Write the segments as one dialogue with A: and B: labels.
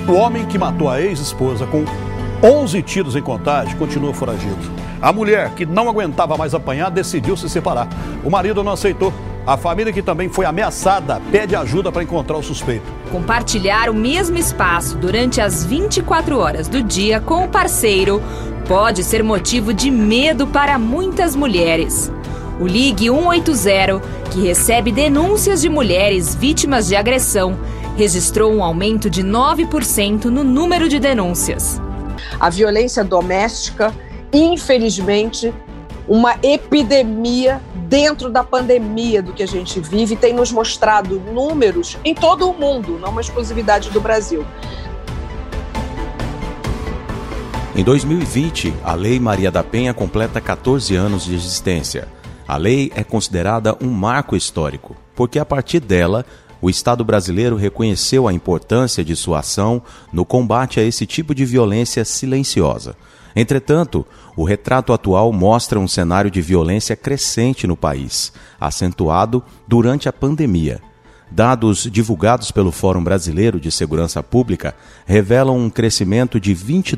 A: O homem que matou a ex-esposa com 11 tiros em Contagem continua foragido. A mulher, que não aguentava mais apanhar, decidiu se separar. O marido não aceitou. A família, que também foi ameaçada, pede ajuda para encontrar o suspeito.
B: Compartilhar o mesmo espaço durante as 24 horas do dia com o parceiro pode ser motivo de medo para muitas mulheres. O Ligue 180, que recebe denúncias de mulheres vítimas de agressão, registrou um aumento de 9% no número de denúncias.
C: A violência doméstica, infelizmente, uma epidemia dentro da pandemia do que a gente vive, tem nos mostrado números em todo o mundo, não uma exclusividade do Brasil.
D: Em 2020, a Lei Maria da Penha completa 14 anos de existência. A lei é considerada um marco histórico, porque a partir dela, o Estado brasileiro reconheceu a importância de sua ação no combate a esse tipo de violência silenciosa. Entretanto, o retrato atual mostra um cenário de violência crescente no país, acentuado durante a pandemia. Dados divulgados pelo Fórum Brasileiro de Segurança Pública revelam um crescimento de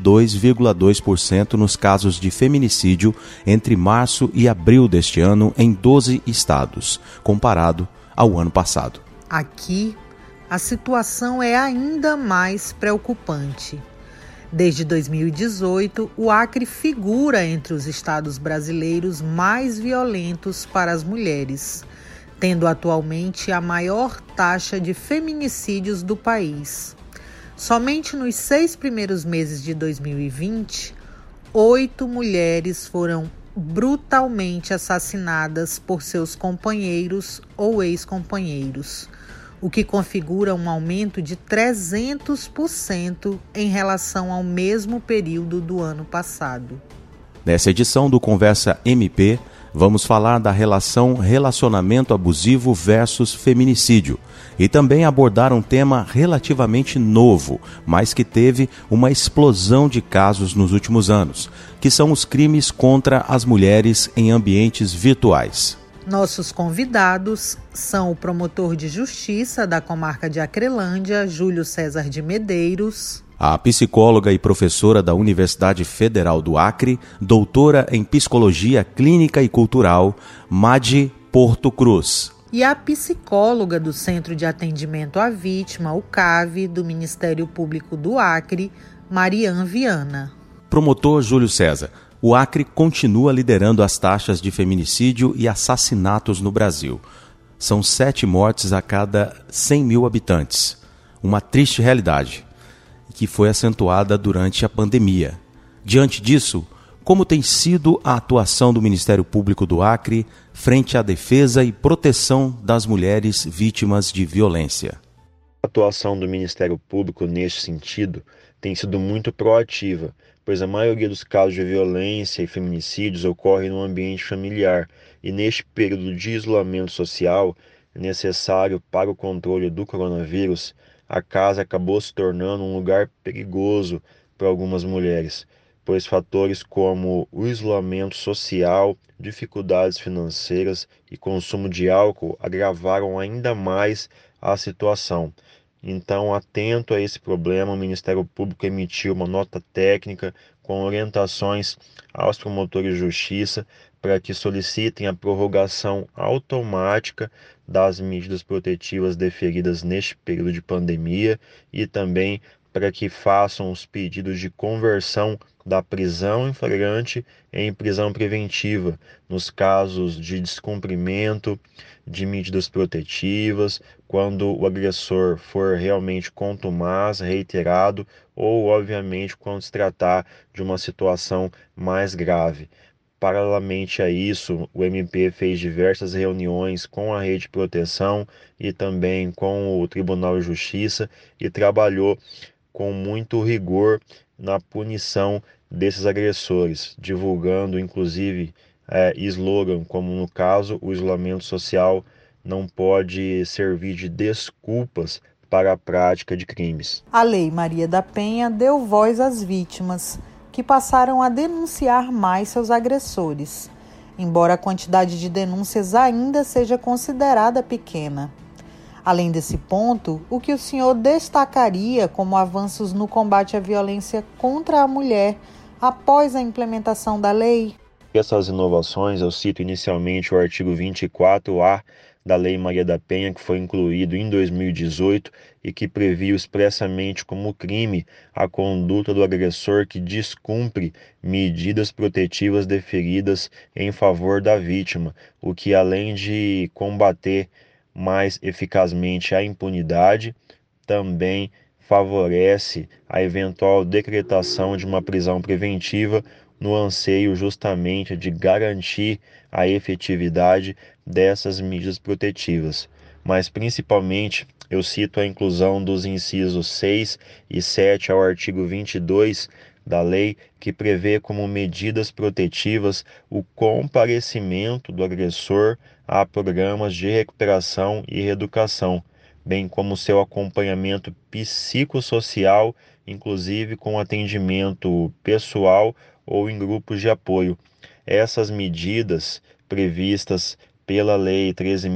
D: 22,2% nos casos de feminicídio entre março e abril deste ano em 12 estados, comparado ao ano passado.
E: Aqui, a situação é ainda mais preocupante. Desde 2018, o Acre figura entre os estados brasileiros mais violentos para as mulheres, tendo atualmente a maior taxa de feminicídios do país. Somente nos 6 primeiros meses de 2020, 8 mulheres foram brutalmente assassinadas por seus companheiros ou ex-companheiros, o que configura um aumento de 300% em relação ao mesmo período do ano passado.
D: Nessa edição do Conversa MP, vamos falar da relacionamento abusivo versus feminicídio e também abordar um tema relativamente novo, mas que teve uma explosão de casos nos últimos anos, que são os crimes contra as mulheres em ambientes virtuais.
E: Nossos convidados são o promotor de justiça da comarca de Acrelândia, Júlio César de Medeiros,
D: a psicóloga e professora da Universidade Federal do Acre, doutora em Psicologia Clínica e Cultural, Madi Porto Cruz.
E: E a psicóloga do Centro de Atendimento à Vítima, o CAV, do Ministério Público do Acre, Marian Viana.
D: Promotor Júlio César, o Acre continua liderando as taxas de feminicídio e assassinatos no Brasil. São 7 mortes a cada 100 mil habitantes. Uma triste realidade, que foi acentuada durante a pandemia. Diante disso, como tem sido a atuação do Ministério Público do Acre frente à defesa e proteção das mulheres vítimas de violência?
F: A atuação do Ministério Público neste sentido tem sido muito proativa, pois a maioria dos casos de violência e feminicídios ocorre no ambiente familiar e neste período de isolamento social necessário para o controle do coronavírus, a casa acabou se tornando um lugar perigoso para algumas mulheres, pois fatores como o isolamento social, dificuldades financeiras e consumo de álcool agravaram ainda mais a situação. Então, atento a esse problema, o Ministério Público emitiu uma nota técnica com orientações aos promotores de justiça para que solicitem a prorrogação automática das medidas protetivas deferidas neste período de pandemia e também para que façam os pedidos de conversão da prisão em flagrante em prisão preventiva, nos casos de descumprimento de medidas protetivas, quando o agressor for realmente contumaz, reiterado ou, obviamente, quando se tratar de uma situação mais grave. Paralelamente a isso, o MP fez diversas reuniões com a Rede de Proteção e também com o Tribunal de Justiça e trabalhou com muito rigor na punição desses agressores, divulgando inclusive slogan, como no caso, o isolamento social não pode servir de desculpas para a prática de crimes.
E: A Lei Maria da Penha deu voz às vítimas, que passaram a denunciar mais seus agressores, embora a quantidade de denúncias ainda seja considerada pequena. Além desse ponto, o que o senhor destacaria como avanços no combate à violência contra a mulher após a implementação da lei?
F: Essas inovações, eu cito inicialmente o artigo 24A da Lei Maria da Penha, que foi incluído em 2018 e que previu expressamente como crime a conduta do agressor que descumpre medidas protetivas deferidas em favor da vítima, o que, além de combater mais eficazmente a impunidade, também favorece a eventual decretação de uma prisão preventiva no anseio justamente de garantir a efetividade dessas medidas protetivas. Mas principalmente eu cito a inclusão dos incisos 6 e 7 ao artigo 22 da lei, que prevê como medidas protetivas o comparecimento do agressor a programas de recuperação e reeducação, bem como seu acompanhamento psicossocial, inclusive com atendimento pessoal ou em grupos de apoio. Essas medidas previstas pela Lei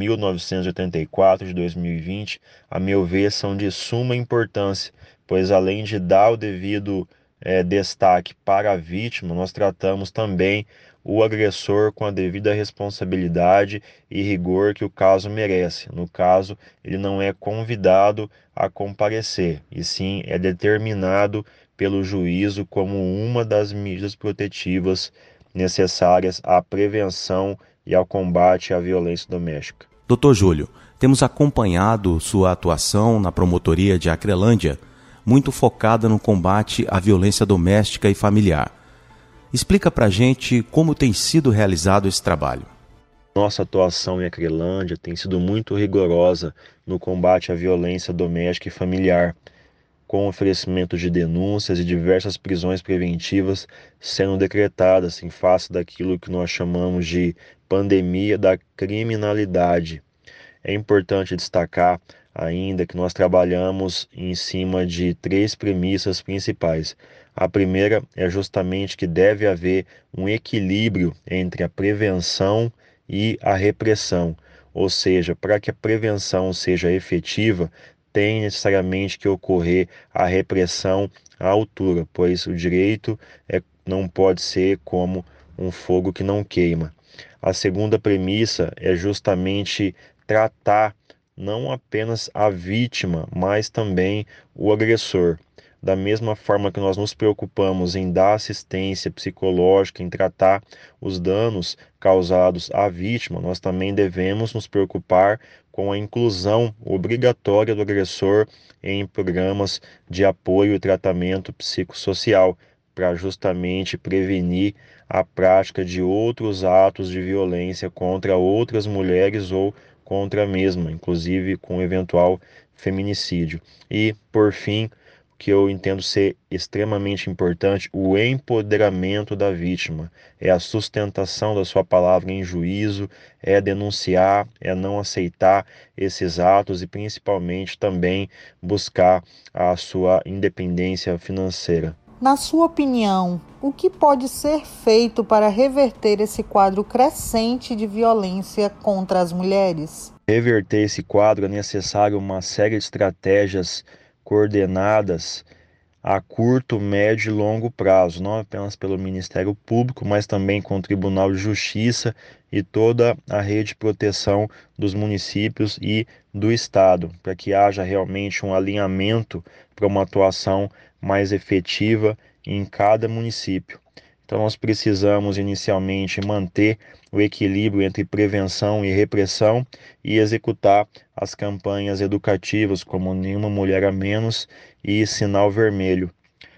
F: 13.984 de 2020, a meu ver, são de suma importância, pois além de dar o devido destaque para a vítima, nós tratamos também o agressor com a devida responsabilidade e rigor que o caso merece. No caso, ele não é convidado a comparecer, e sim é determinado pelo juízo como uma das medidas protetivas necessárias à prevenção e ao combate à violência doméstica.
D: Dr. Júlio, temos acompanhado sua atuação na promotoria de Acrelândia, muito focada no combate à violência doméstica e familiar. Explica pra gente como tem sido realizado esse trabalho.
F: Nossa atuação em Acrelândia tem sido muito rigorosa no combate à violência doméstica e familiar, com oferecimento de denúncias e diversas prisões preventivas sendo decretadas em face daquilo que nós chamamos de pandemia da criminalidade. É importante destacar ainda que nós trabalhamos em cima de 3 premissas principais. A primeira é justamente que deve haver um equilíbrio entre a prevenção e a repressão, ou seja, para que a prevenção seja efetiva, tem necessariamente que ocorrer a repressão à altura, pois o direito não pode ser como um fogo que não queima. A segunda premissa é justamente tratar não apenas a vítima, mas também o agressor. Da mesma forma que nós nos preocupamos em dar assistência psicológica, em tratar os danos causados à vítima, nós também devemos nos preocupar com a inclusão obrigatória do agressor em programas de apoio e tratamento psicossocial, para justamente prevenir a prática de outros atos de violência contra outras mulheres ou contra a mesma, inclusive com eventual feminicídio. E, por fim, que eu entendo ser extremamente importante, o empoderamento da vítima. É a sustentação da sua palavra em juízo, é denunciar, é não aceitar esses atos e principalmente também buscar a sua independência financeira.
E: Na sua opinião, o que pode ser feito para reverter esse quadro crescente de violência contra as mulheres?
F: Reverter esse quadro é necessário uma série de estratégias coordenadas a curto, médio e longo prazo, não apenas pelo Ministério Público, mas também com o Tribunal de Justiça e toda a rede de proteção dos municípios e do Estado, para que haja realmente um alinhamento para uma atuação mais efetiva em cada município. Então nós precisamos inicialmente manter o equilíbrio entre prevenção e repressão e executar as campanhas educativas como Nenhuma Mulher a Menos e Sinal Vermelho.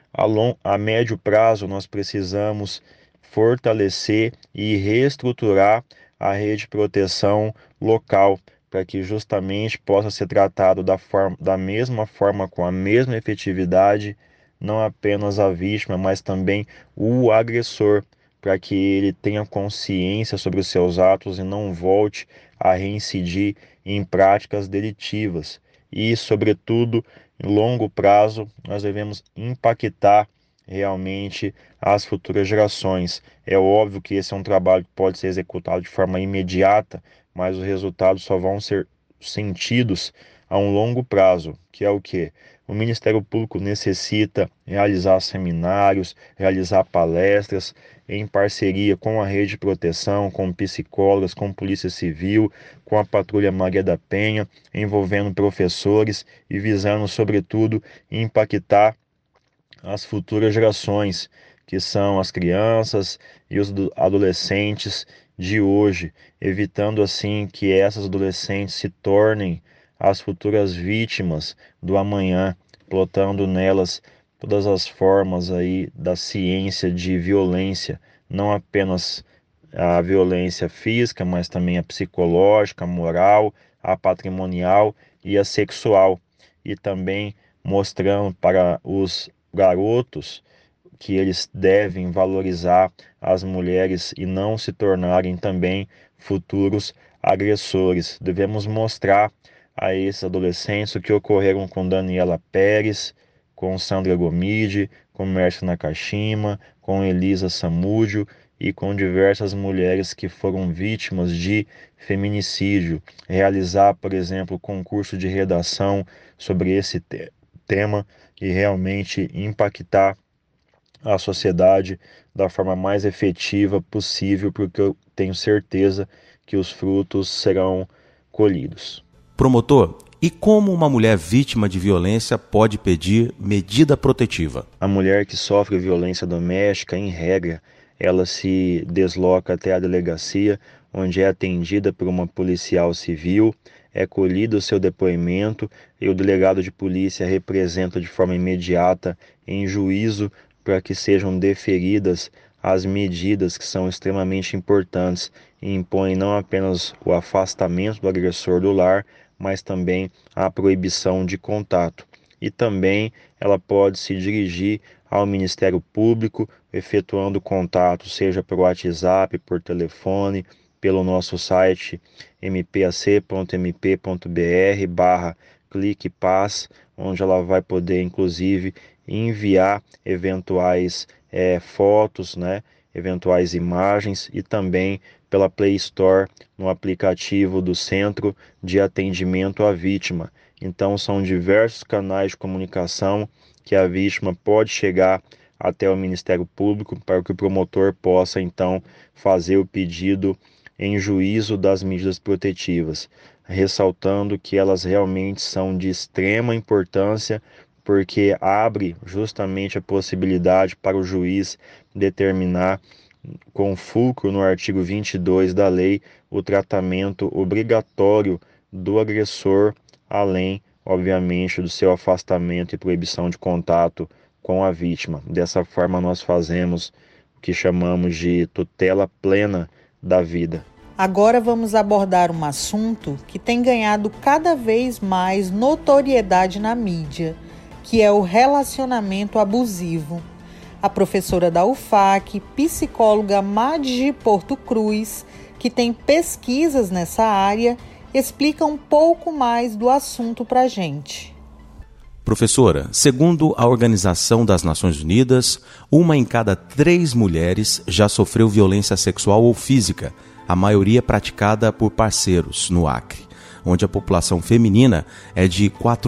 F: A médio prazo nós precisamos fortalecer e reestruturar a rede de proteção local para que justamente possa ser tratado da mesma forma, com a mesma efetividade, não apenas a vítima, mas também o agressor, para que ele tenha consciência sobre os seus atos e não volte a reincidir em práticas delitivas. E, sobretudo, em longo prazo, nós devemos impactar realmente as futuras gerações. É óbvio que esse é um trabalho que pode ser executado de forma imediata, mas os resultados só vão ser sentidos a um longo prazo, que é o quê? O Ministério Público necessita realizar seminários, realizar palestras em parceria com a rede de proteção, com psicólogas, com Polícia Civil, com a Patrulha Maria da Penha, envolvendo professores e visando, sobretudo, impactar as futuras gerações, que são as crianças e os adolescentes de hoje, evitando assim que essas adolescentes se tornem as futuras vítimas do amanhã, plotando nelas todas as formas aí da ciência de violência, não apenas a violência física, mas também a psicológica, a moral, a patrimonial e a sexual. E também mostrando para os garotos que eles devem valorizar as mulheres e não se tornarem também futuros agressores. Devemos mostrar a esses adolescentes o que ocorreram com Daniela Pérez, com Sandra Gomide, com Mércia Nakashima, com Elisa Samúdio e com diversas mulheres que foram vítimas de feminicídio. Realizar, por exemplo, concurso de redação sobre esse tema e realmente impactar a sociedade da forma mais efetiva possível, porque eu tenho certeza que os frutos serão colhidos.
D: Promotor, e como uma mulher vítima de violência pode pedir medida protetiva?
F: A mulher que sofre violência doméstica, em regra, ela se desloca até a delegacia, onde é atendida por uma policial civil, é colhido o seu depoimento e o delegado de polícia representa de forma imediata em juízo para que sejam deferidas as medidas que são extremamente importantes e impõem não apenas o afastamento do agressor do lar, mas também a proibição de contato. E também ela pode se dirigir ao Ministério Público, efetuando contato, seja por WhatsApp, por telefone, pelo nosso site mpac.mp.br/cliquepaz, onde ela vai poder, inclusive, enviar eventuais fotos, eventuais imagens, e também pela Play Store, no aplicativo do Centro de Atendimento à Vítima. Então, são diversos canais de comunicação que a vítima pode chegar até o Ministério Público para que o promotor possa, então, fazer o pedido em juízo das medidas protetivas, ressaltando que elas realmente são de extrema importância, porque abre justamente a possibilidade para o juiz determinar, com fulcro no artigo 22 da lei, o tratamento obrigatório do agressor, além, obviamente, do seu afastamento e proibição de contato com a vítima. Dessa forma, nós fazemos o que chamamos de tutela plena da vida.
E: Agora vamos abordar um assunto que tem ganhado cada vez mais notoriedade na mídia, que é o relacionamento abusivo. A professora da UFAC, psicóloga Madge Porto Cruz, que tem pesquisas nessa área, explica um pouco mais do assunto para a gente.
D: Professora, segundo a Organização das Nações Unidas, 1 em cada 3 mulheres já sofreu violência sexual ou física, a maioria praticada por parceiros no Acre, onde a população feminina é de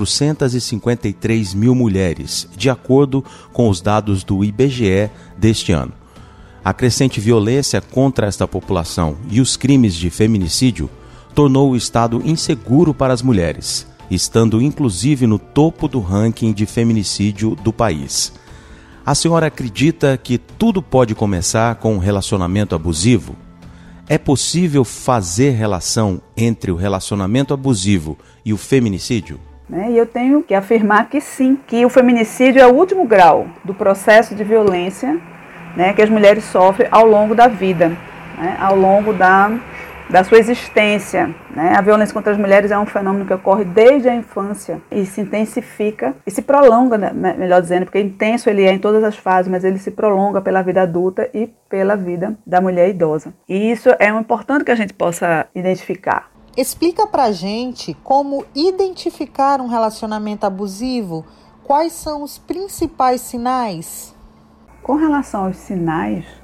D: 453 mil mulheres, de acordo com os dados do IBGE deste ano. A crescente violência contra esta população e os crimes de feminicídio tornou o Estado inseguro para as mulheres, estando inclusive no topo do ranking de feminicídio do país. A senhora acredita que tudo pode começar com um relacionamento abusivo? É possível fazer relação entre o relacionamento abusivo e o feminicídio?
G: E eu tenho que afirmar que sim, que o feminicídio é o último grau do processo de violência que as mulheres sofrem ao longo da vida, ao longo da sua existência. A violência contra as mulheres é um fenômeno que ocorre desde a infância e se intensifica e se prolonga, melhor dizendo, porque intenso ele é em todas as fases, mas ele se prolonga pela vida adulta e pela vida da mulher idosa. E isso é importante que a gente possa identificar.
E: Explica pra gente como identificar um relacionamento abusivo, quais são os principais sinais?
G: Com relação aos sinais,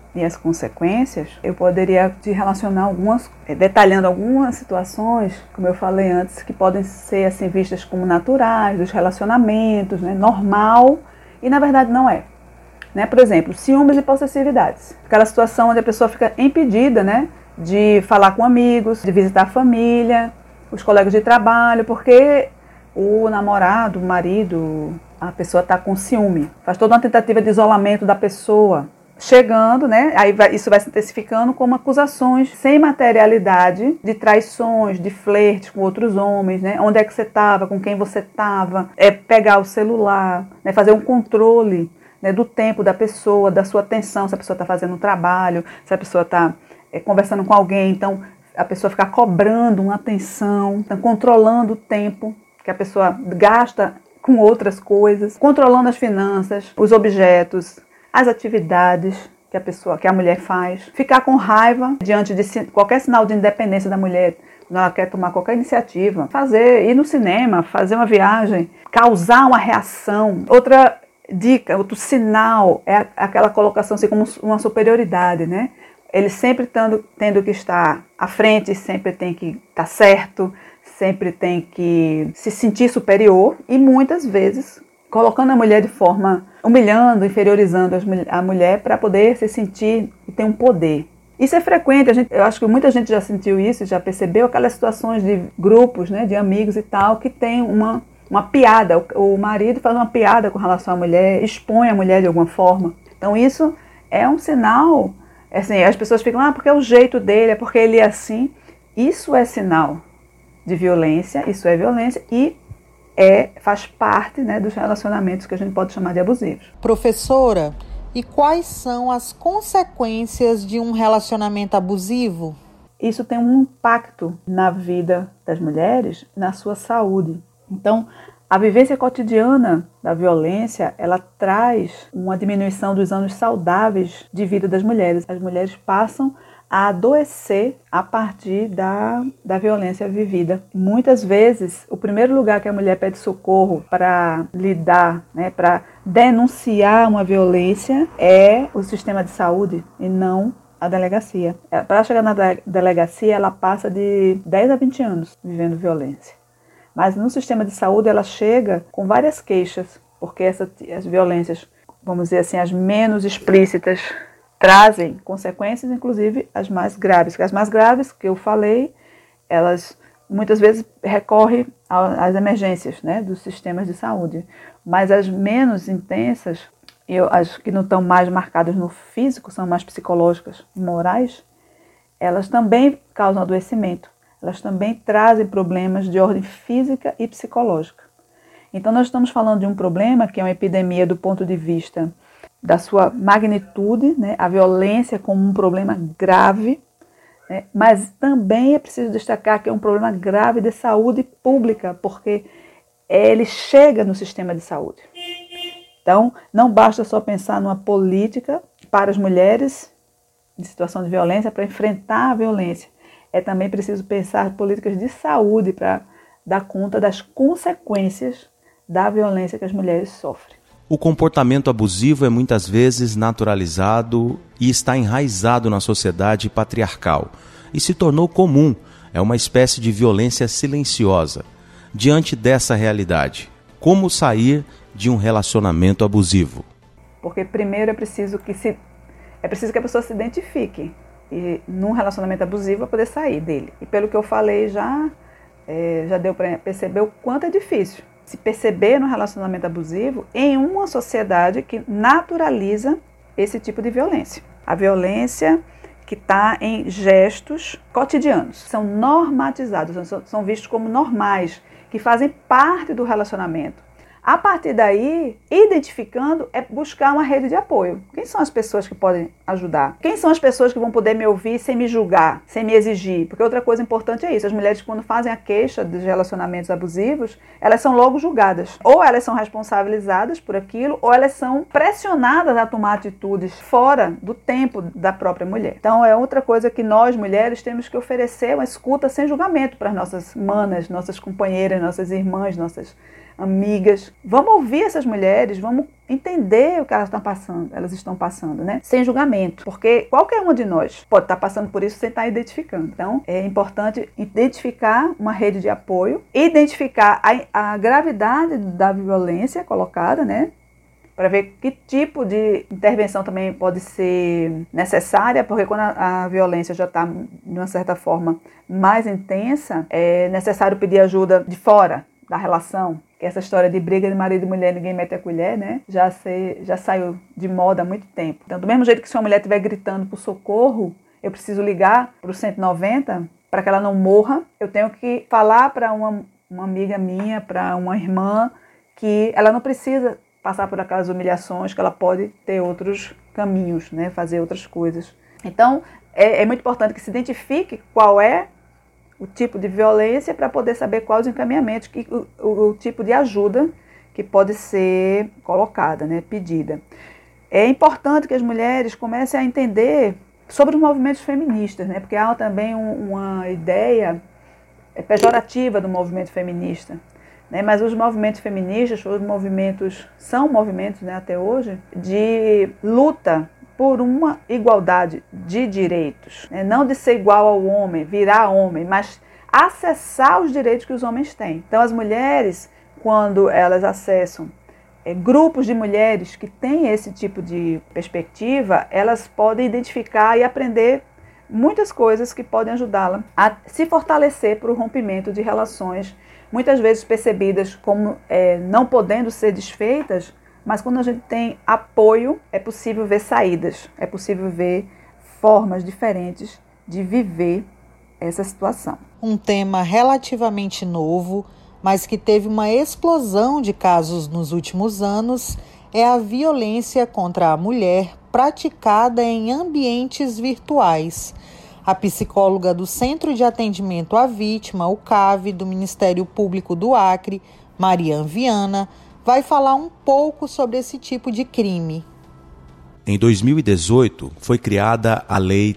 G: e as consequências, eu poderia te relacionar detalhando algumas situações, como eu falei antes, que podem ser assim vistas como naturais, dos relacionamentos, né, normal, e na verdade não é. Né? Por exemplo, ciúmes e possessividades. Aquela situação onde a pessoa fica impedida, né, de falar com amigos, de visitar a família, os colegas de trabalho, porque o namorado, o marido, a pessoa está com ciúme. Faz toda uma tentativa de isolamento da pessoa. Chegando, né, isso vai se intensificando como acusações sem materialidade, de traições, de flertes com outros homens, né, onde é que você estava, com quem você estava, pegar o celular, né, fazer um controle, né, do tempo da pessoa, da sua atenção, se a pessoa está fazendo um trabalho, se a pessoa está conversando com alguém, então a pessoa ficar cobrando uma atenção, então, controlando o tempo que a pessoa gasta com outras coisas, controlando as finanças, os objetos, as atividades que a mulher faz, ficar com raiva diante de qualquer sinal de independência da mulher, quando ela quer tomar qualquer iniciativa, ir no cinema, fazer uma viagem, causar uma reação. Outra dica, outro sinal é aquela colocação assim como uma superioridade, né? Ele sempre tendo que estar à frente, sempre tem que estar certo, sempre tem que se sentir superior e muitas vezes colocando a mulher de forma, humilhando, inferiorizando a mulher para poder se sentir e ter um poder. Isso é frequente, eu acho que muita gente já sentiu isso, já percebeu aquelas situações de grupos, né, de amigos e tal, que tem uma piada, o marido faz uma piada com relação à mulher, expõe a mulher de alguma forma. Então isso é um sinal, assim, as pessoas ficam, porque é o jeito dele, é porque ele é assim. Isso é sinal de violência, isso é violência e faz parte, né, dos relacionamentos que a gente pode chamar de abusivos.
E: Professora, e quais são as consequências de um relacionamento abusivo?
G: Isso tem um impacto na vida das mulheres, na sua saúde. Então, a vivência cotidiana da violência, ela traz uma diminuição dos anos saudáveis de vida das mulheres. As mulheres passam a adoecer a partir da violência vivida. Muitas vezes, o primeiro lugar que a mulher pede socorro para lidar, né, para denunciar uma violência é o sistema de saúde e não a delegacia. Para chegar na delegacia, ela passa de 10 a 20 anos vivendo violência. Mas no sistema de saúde ela chega com várias queixas, porque as violências, vamos dizer assim, as menos explícitas, trazem consequências, inclusive as mais graves. As mais graves, que eu falei, elas muitas vezes recorrem às emergências, né, dos sistemas de saúde. Mas as menos intensas, as que não estão mais marcadas no físico, são mais psicológicas e morais, elas também causam adoecimento. Elas também trazem problemas de ordem física e psicológica. Então nós estamos falando de um problema que é uma epidemia do ponto de vista da sua magnitude, né, a violência como um problema grave, né, mas também é preciso destacar que é um problema grave de saúde pública, porque ele chega no sistema de saúde. Então, não basta só pensar numa política para as mulheres em situação de violência, para enfrentar a violência. É também preciso pensar políticas de saúde para dar conta das consequências da violência que as mulheres sofrem.
D: O comportamento abusivo é muitas vezes naturalizado e está enraizado na sociedade patriarcal e se tornou comum. É uma espécie de violência silenciosa. Diante dessa realidade, como sair de um relacionamento abusivo?
G: Porque primeiro é preciso que a pessoa se identifique e num relacionamento abusivo para poder sair dele. E pelo que eu falei já deu para perceber o quanto é difícil se perceber no relacionamento abusivo em uma sociedade que naturaliza esse tipo de violência. A violência que está em gestos cotidianos, são normatizados, são vistos como normais, que fazem parte do relacionamento. A partir daí, identificando, é buscar uma rede de apoio. Quem são as pessoas que podem ajudar? Quem são as pessoas que vão poder me ouvir sem me julgar, sem me exigir? Porque outra coisa importante é isso. As mulheres, quando fazem a queixa dos relacionamentos abusivos, elas são logo julgadas. Ou elas são responsabilizadas por aquilo, ou elas são pressionadas a tomar atitudes fora do tempo da própria mulher. Então, é outra coisa que nós, mulheres, temos que oferecer uma escuta sem julgamento para as nossas manas, nossas companheiras, nossas irmãs, nossas amigas. Vamos ouvir essas mulheres, vamos entender o que elas estão passando, né? Sem julgamento, porque qualquer uma de nós pode estar passando por isso sem estar identificando. Então, é importante identificar uma rede de apoio, identificar a gravidade da violência colocada, né? Para ver que tipo de intervenção também pode ser necessária, porque quando a violência já está, de uma certa forma, mais intensa, é necessário pedir ajuda de fora da relação. Que essa história de briga de marido e mulher, ninguém mete a colher, né? Já saiu de moda há muito tempo. Então, do mesmo jeito que se uma mulher estiver gritando por socorro, eu preciso ligar para o 190 para que ela não morra, eu tenho que falar para uma amiga minha, para uma irmã, que ela não precisa passar por aquelas humilhações, que ela pode ter outros caminhos, né? Fazer outras coisas. Então, é muito importante que se identifique qual é o tipo de violência para poder saber quais os encaminhamentos, o tipo de ajuda que pode ser colocada, né? Pedida. É importante que as mulheres comecem a entender sobre os movimentos feministas, né? Porque há também uma ideia pejorativa do movimento feminista. Né, mas os movimentos feministas são movimentos, né, até hoje, de luta por uma igualdade de direitos. Né, não de ser igual ao homem, virar homem, mas acessar os direitos que os homens têm. Então as mulheres, quando elas acessam grupos de mulheres que têm esse tipo de perspectiva, elas podem identificar e aprender muitas coisas que podem ajudá-la a se fortalecer para o rompimento de relações muitas vezes percebidas como não podendo ser desfeitas, mas quando a gente tem apoio, é possível ver saídas, é possível ver formas diferentes de viver essa situação.
E: Um tema relativamente novo, mas que teve uma explosão de casos nos últimos anos, é a violência contra a mulher praticada em ambientes virtuais. A psicóloga do Centro de Atendimento à Vítima, o CAV, do Ministério Público do Acre, Marian Viana, vai falar um pouco sobre esse tipo de crime.
D: Em 2018, foi criada a Lei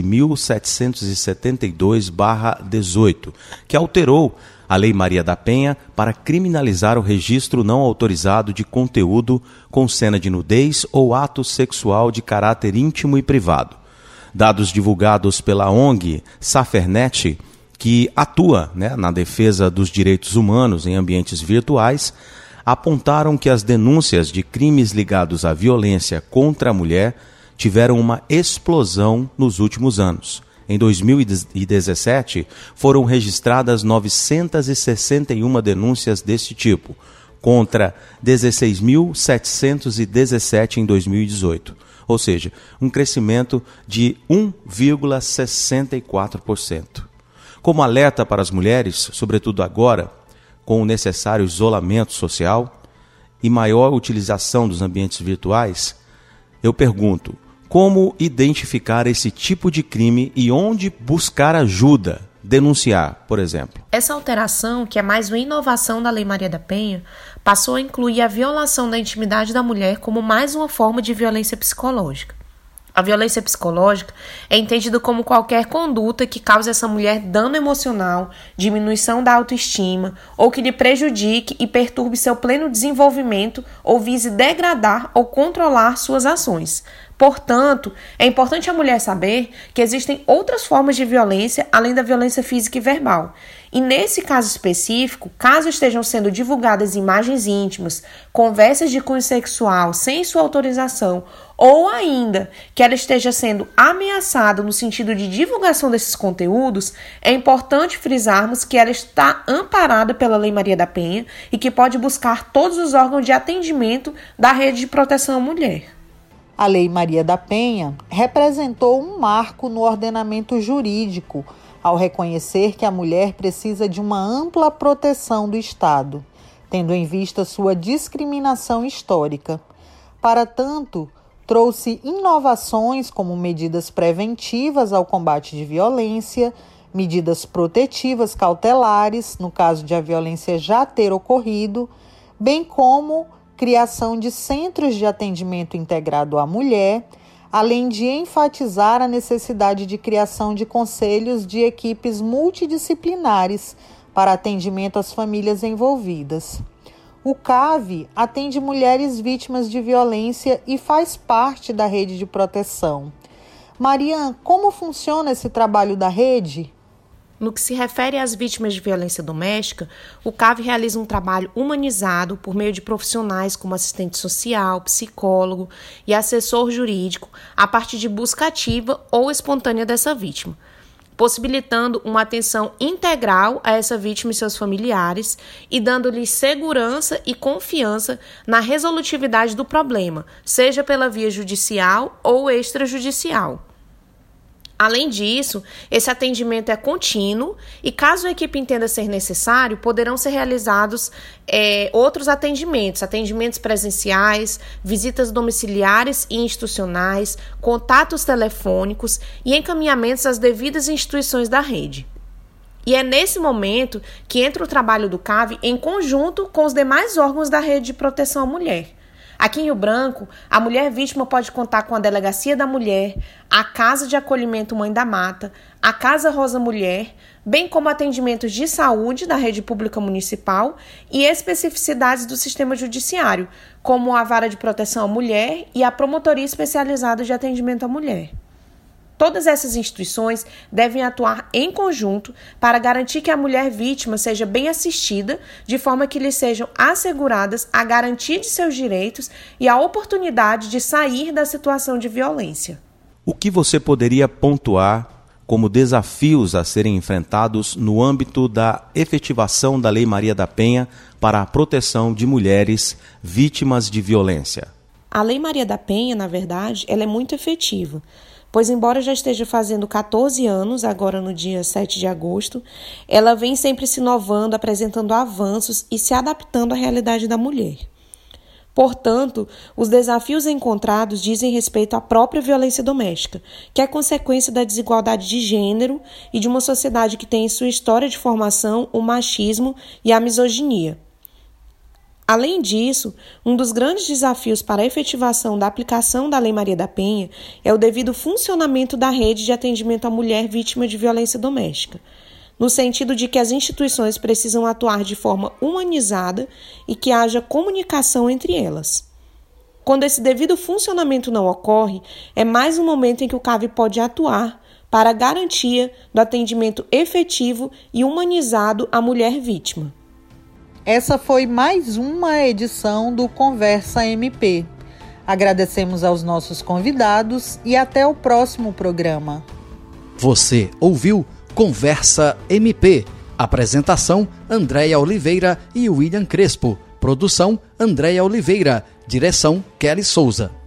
D: 13.772/18, que alterou a Lei Maria da Penha para criminalizar o registro não autorizado de conteúdo com cena de nudez ou ato sexual de caráter íntimo e privado. Dados divulgados pela ONG Safernet, que atua na defesa dos direitos humanos em ambientes virtuais, apontaram que as denúncias de crimes ligados à violência contra a mulher tiveram uma explosão nos últimos anos. Em 2017, foram registradas 961 denúncias desse tipo, contra 16.717 em 2018. Ou seja, um crescimento de 1,64%. Como alerta para as mulheres, sobretudo agora, com o necessário isolamento social e maior utilização dos ambientes virtuais, eu pergunto, como identificar esse tipo de crime e onde buscar ajuda, denunciar, por exemplo?
H: Essa alteração, que é mais uma inovação da Lei Maria da Penha, passou a incluir a violação da intimidade da mulher como mais uma forma de violência psicológica. A violência psicológica é entendida como qualquer conduta que cause a essa mulher dano emocional, diminuição da autoestima ou que lhe prejudique e perturbe seu pleno desenvolvimento ou vise degradar ou controlar suas ações. Portanto, é importante a mulher saber que existem outras formas de violência além da violência física e verbal. E nesse caso específico, caso estejam sendo divulgadas imagens íntimas, conversas de cunho sexual sem sua autorização, ou ainda que ela esteja sendo ameaçada no sentido de divulgação desses conteúdos, é importante frisarmos que ela está amparada pela Lei Maria da Penha e que pode buscar todos os órgãos de atendimento da Rede de Proteção à Mulher.
E: A Lei Maria da Penha representou um marco no ordenamento jurídico, ao reconhecer que a mulher precisa de uma ampla proteção do Estado, tendo em vista sua discriminação histórica. Para tanto, trouxe inovações como medidas preventivas ao combate de violência, medidas protetivas cautelares, no caso de a violência já ter ocorrido, bem como criação de centros de atendimento integrado à mulher, além de enfatizar a necessidade de criação de conselhos de equipes multidisciplinares para atendimento às famílias envolvidas. O CAV atende mulheres vítimas de violência e faz parte da rede de proteção. Marian, como funciona esse trabalho da rede?
H: No que se refere às vítimas de violência doméstica, o CAV realiza um trabalho humanizado por meio de profissionais como assistente social, psicólogo e assessor jurídico a partir de busca ativa ou espontânea dessa vítima, possibilitando uma atenção integral a essa vítima e seus familiares e dando-lhes segurança e confiança na resolutividade do problema, seja pela via judicial ou extrajudicial. Além disso, esse atendimento é contínuo e, caso a equipe entenda ser necessário, poderão ser realizados outros atendimentos presenciais, visitas domiciliares e institucionais, contatos telefônicos e encaminhamentos às devidas instituições da rede. E é nesse momento que entra o trabalho do CAV em conjunto com os demais órgãos da rede de proteção à mulher. Aqui em Rio Branco, a mulher vítima pode contar com a Delegacia da Mulher, a Casa de Acolhimento Mãe da Mata, a Casa Rosa Mulher, bem como atendimentos de saúde da rede pública municipal e especificidades do sistema judiciário, como a Vara de Proteção à Mulher e a Promotoria Especializada de Atendimento à Mulher. Todas essas instituições devem atuar em conjunto para garantir que a mulher vítima seja bem assistida, de forma que lhe sejam asseguradas a garantia de seus direitos e a oportunidade de sair da situação de violência.
D: O que você poderia pontuar como desafios a serem enfrentados no âmbito da efetivação da Lei Maria da Penha para a proteção de mulheres vítimas de violência?
H: A Lei Maria da Penha, na verdade, ela é muito efetiva. Pois, embora já esteja fazendo 14 anos, agora no dia 7 de agosto, ela vem sempre se inovando, apresentando avanços e se adaptando à realidade da mulher. Portanto, os desafios encontrados dizem respeito à própria violência doméstica, que é consequência da desigualdade de gênero e de uma sociedade que tem em sua história de formação o machismo e a misoginia. Além disso, um dos grandes desafios para a efetivação da aplicação da Lei Maria da Penha é o devido funcionamento da rede de atendimento à mulher vítima de violência doméstica, no sentido de que as instituições precisam atuar de forma humanizada e que haja comunicação entre elas. Quando esse devido funcionamento não ocorre, é mais um momento em que o CAV pode atuar para a garantia do atendimento efetivo e humanizado à mulher vítima.
E: Essa foi mais uma edição do Conversa MP. Agradecemos aos nossos convidados e até o próximo programa.
I: Você ouviu Conversa MP. Apresentação: Andréia Oliveira e William Crespo. Produção: Andréia Oliveira. Direção: Kelly Souza.